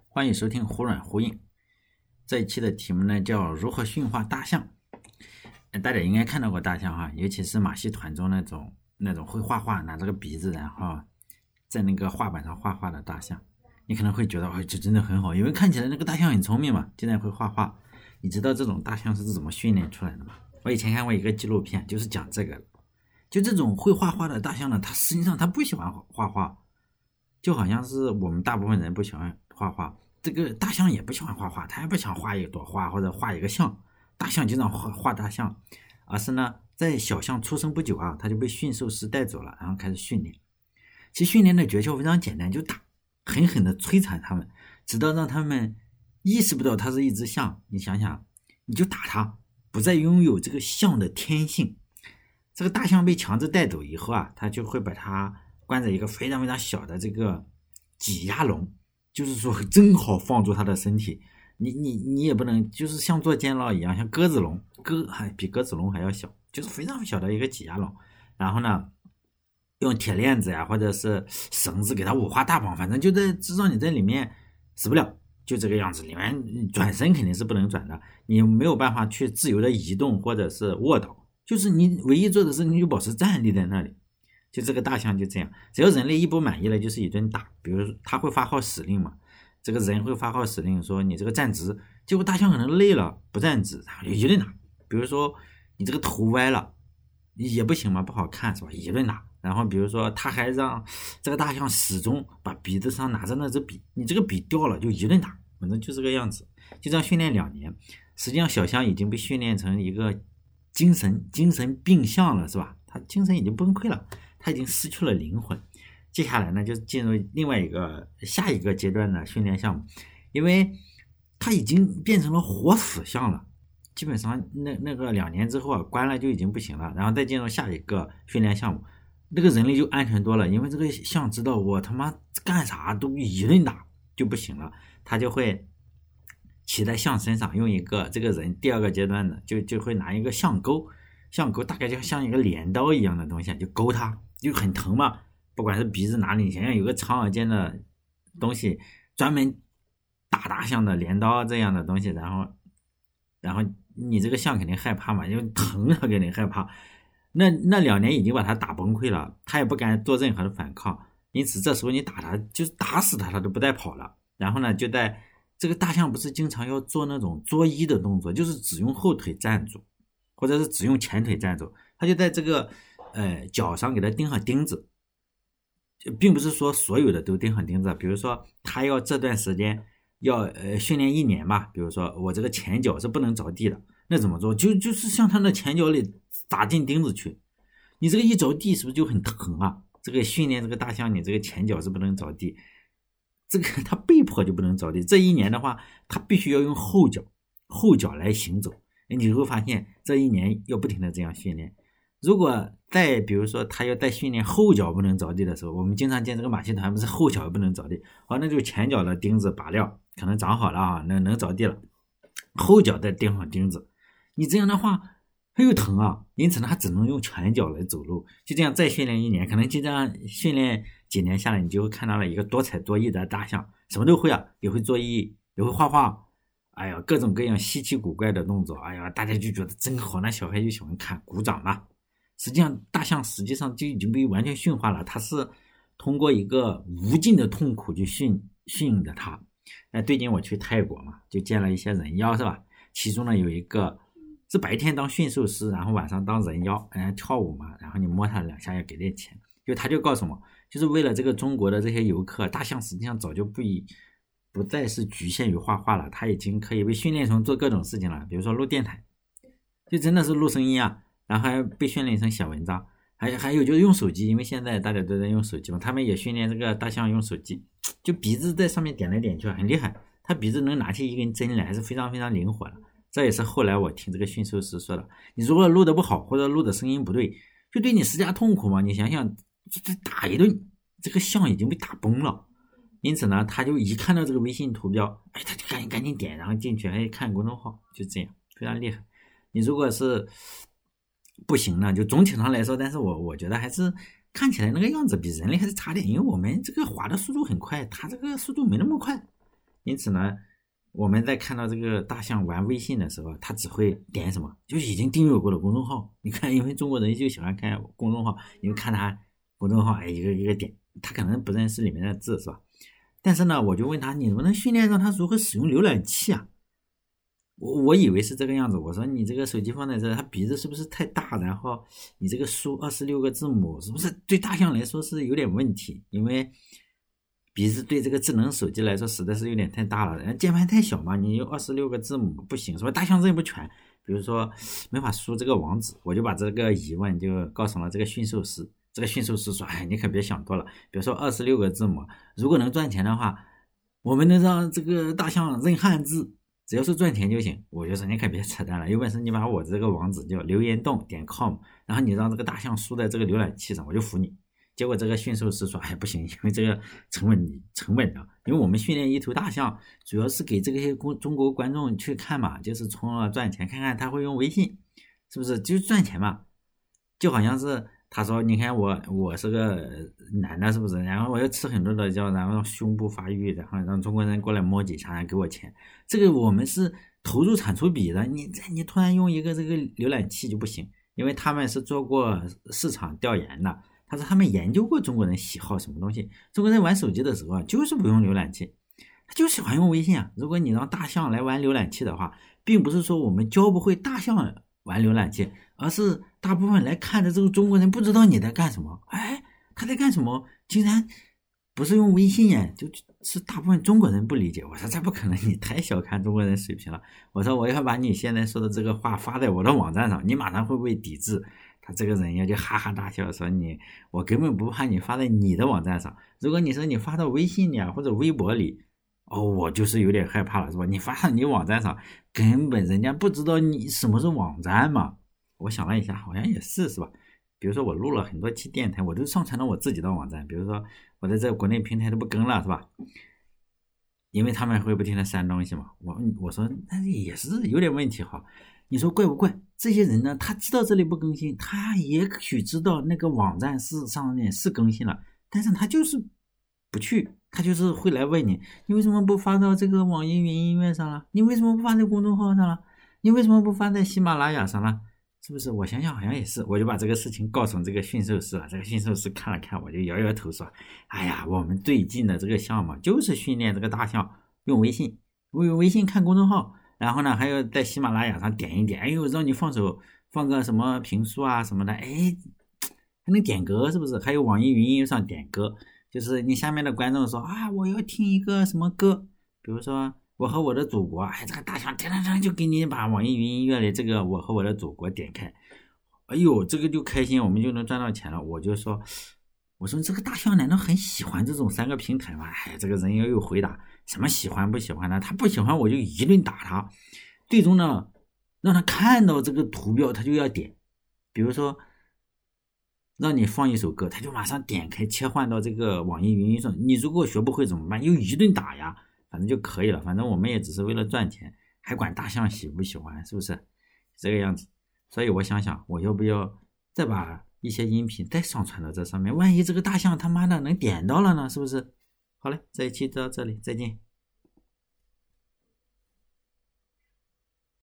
欢迎收听忽软忽硬。这一期的题目呢叫如何驯化大象。大家应该看到过大象哈，尤其是马戏团中那种会画画，拿着个鼻子然后在那个画板上画画的大象。你可能会觉得这真的很好，因为看起来那个大象很聪明嘛，竟然会画画。你知道这种大象是怎么训练出来的吗？我以前看过一个纪录片，就是讲这个的。就这种会画画的大象呢，它实际上它不喜欢画画，就好像是我们大部分人不喜欢画画，这个大象也不喜欢画画，它也不想画一朵花或者画一个象。大象经常画大象，而是呢在小象出生不久啊，它就被驯兽师带走了，然后开始训练。其实训练的诀窍非常简单，就打，狠狠的摧残它们，直到让它们意识不到它是一只象。你想想，你就打它，不再拥有这个象的天性。这个大象被强制带走以后啊，他就会把它关在一个非常非常小的这个挤压笼，就是说正好放住它的身体。你也不能就是像做监牢一样，像鸽子笼，比鸽子笼还要小，就是非常小的一个挤压笼。然后呢，用铁链子呀或者是绳子给它五花大绑，反正就在至少你在里面死不了，就这个样子。里面转身肯定是不能转的，你没有办法去自由的移动或者是卧倒，就是你唯一做的事你就保持站立在那里。就这个大象就这样，只要人类一不满意了就是一顿打。比如说他会发号使令嘛，这个人会发号使令说你这个站直，结果大象可能累了不站直，然后一顿打。比如说你这个头歪了也不行嘛，不好看是吧，一顿打。然后比如说他还让这个大象始终把鼻子上拿着那支笔，你这个笔掉了就一顿打，反正就这个样子。就这样训练2年，实际上小象已经被训练成一个精神病象了，是吧？他精神已经崩溃了，他已经失去了灵魂。接下来呢，就进入下一个阶段的训练项目，因为他已经变成了活死象了，基本上那个2年之后啊，关了就已经不行了。然后再进入下一个训练项目，这个人类就安全多了，因为这个象知道我他妈干啥都一顿打就不行了，他就会骑在象身上，用一个这个人第2个阶段的就会拿一个象钩大概就像一个镰刀一样的东西，就勾它，就很疼嘛。不管是鼻子哪里，你想想有个长而尖的东西专门打大象的镰刀这样的东西，然后你这个象肯定害怕嘛，因为疼了肯定害怕。那2年已经把他打崩溃了，他也不敢做任何的反抗，因此这时候你打他就是打死他，他都不带跑了。然后呢，就在这个大象不是经常要做那种作揖的动作，就是只用后腿站住或者是只用前腿站住，他就在这个脚上给他钉上钉子，并不是说所有的都钉上钉子。比如说他要这段时间要训练1年吧，比如说我这个前脚是不能着地的，那怎么做？就是像他的前脚里砸进钉子去，你这个一着地是不是就很疼啊？这个训练这个大象，你这个前脚是不能着地，这个他被迫就不能着地。这1年的话，他必须要用后脚来行走。你会发现这1年要不停的这样训练。如果再比如说他要在训练后脚不能着地的时候，我们经常见这个马戏团不是后脚不能着地，那就前脚的钉子拔掉，可能长好了啊，能着地了，后脚再钉上钉子。你这样的话它又疼啊，因此呢他只能用前脚来走路。就这样再训练1年，可能就这样训练几年下来，你就会看到了一个多才多艺的大象，什么都会啊，也会作揖，也会画画，哎呀，各种各样稀奇古怪的动作，哎呀，大家就觉得真好，那小孩就喜欢看，鼓掌嘛。实际上大象实际上就已经被完全驯化了，它是通过一个无尽的痛苦去训的它。最近我去泰国嘛，就见了一些人妖，是吧？其中呢有一个是白天当驯兽师，然后晚上当人妖，跳舞嘛，然后你摸他2下要给点钱。他就告诉我，就是为了这个中国的这些游客，大象实际上早就不再是局限于画画了，它已经可以被训练成做各种事情了。比如说录电台，就真的是录声音啊，然后还被训练成写文章，还有就是用手机，因为现在大家都在用手机嘛，他们也训练这个大象用手机，就鼻子在上面点来点去，很厉害，他鼻子能拿起一根针来，还是非常非常灵活的。这也是后来我听这个驯兽师说的，你如果录的不好或者录的声音不对，就对你施加痛苦嘛。你想想这打一顿，这个象已经被打崩了。因此呢，他就一看到这个微信图标，他就赶紧点，然后进去看公众号，就这样非常厉害。你如果是不行呢，就总体上来说，但是我觉得还是看起来那个样子比人类还是差点，因为我们这个滑的速度很快，他这个速度没那么快。 因此呢，我们在看到这个大象玩微信的时候，他只会点什么，就已经订阅过的公众号。你看，因为中国人就喜欢看公众号，你就看他公众号，一个一个点，他可能不认识里面的字，是吧？但是呢，我就问他，你能不能训练让他如何使用浏览器啊？我以为是这个样子，我说你这个手机放在这，他鼻子是不是太大？然后你这个输26个字母，是不是对大象来说是有点问题？因为鼻子对这个智能手机来说实在是有点太大了，键盘太小嘛，你有26个字母不行，是吧？大象认不全，比如说没法输这个网址，我就把这个疑问就告诉了这个驯兽师。这个驯兽师说：“哎，你可别想多了。比如说26个字母，如果能赚钱的话，我们能让这个大象认汉字，只要是赚钱就行。”我就说你可别扯淡了，有本事你把我这个网址叫留言洞.com， 然后你让这个大象输在这个浏览器上，我就服你。结果这个驯兽师说：“哎，不行，因为这个成本的，因为我们训练一头大象，主要是给这些中国观众去看嘛，就是从而赚钱，看看他会用微信，是不是就是赚钱嘛？就好像是。”他说：“你看我是个男的，是不是？然后我要吃很多的药，然后胸部发育，然后让中国人过来摸几下，给我钱。这个我们是投入产出比的。你突然用一个这个浏览器就不行，因为他们是做过市场调研的。他说他们研究过中国人喜好什么东西。中国人玩手机的时候就是不用浏览器，他就喜欢用微信啊。如果你让大象来玩浏览器的话，并不是说我们教不会大象玩浏览器，而是大部分来看的这个中国人不知道你在干什么。哎，他在干什么？竟然不是用微信耶，就是大部分中国人不理解。我说这不可能，你太小看中国人水平了。我说我要把你现在说的这个话发在我的网站上，你马上会不会抵制？他这个人呀就哈哈大笑说我根本不怕你发在你的网站上，如果你说你发到微信里啊或者微博里，我就是有点害怕了，是吧？你发到你网站上，根本人家不知道你什么是网站嘛。我想了一下，好像也是吧？比如说我录了很多期电台，我都上传到我自己的网站，比如说我在这国内平台都不更了，是吧？因为他们会不停的删东西嘛。我说那也是有点问题哈。你说怪不怪？这些人呢，他知道这里不更新，他也许知道那个网站上面是更新了，但是他就是不去，他就是会来问你为什么不发到这个网易云音乐上了？你为什么不发在公众号上了？你为什么不发在喜马拉雅上了？是不是？我想想好像也是，我就把这个事情告诉这个驯兽师了。这个驯兽师看了看，我就摇摇头说：“哎呀，我们最近的这个项目就是训练这个大象用微信，用微信看公众号，然后呢还要在喜马拉雅上点一点，哎呦，让你放个什么评书啊什么的，哎，还能点歌，是不是？还有网易云音乐上点歌，就是你下面的观众说啊，我要听一个什么歌，比如说。”我和我的祖国，哎，这个大象噔噔噔就给你把网易云音乐里这个我和我的祖国点开，哎呦，这个就开心，我们就能赚到钱了。我说这个大象难道很喜欢这种3个平台吗？哎，这个人又回答什么喜欢不喜欢呢？他不喜欢我就一顿打他，最终呢让他看到这个图标他就要点，比如说让你放一首歌，他就马上点开切换到这个网易云音乐上。你如果学不会怎么办？又一顿打呀。反正就可以了，反正我们也只是为了赚钱，还管大象喜不喜欢，是不是这个样子？所以我想想，我要不要再把一些音频再上传到这上面？万一这个大象他妈的能点到了呢？是不是？好嘞，这一期就到这里，再见。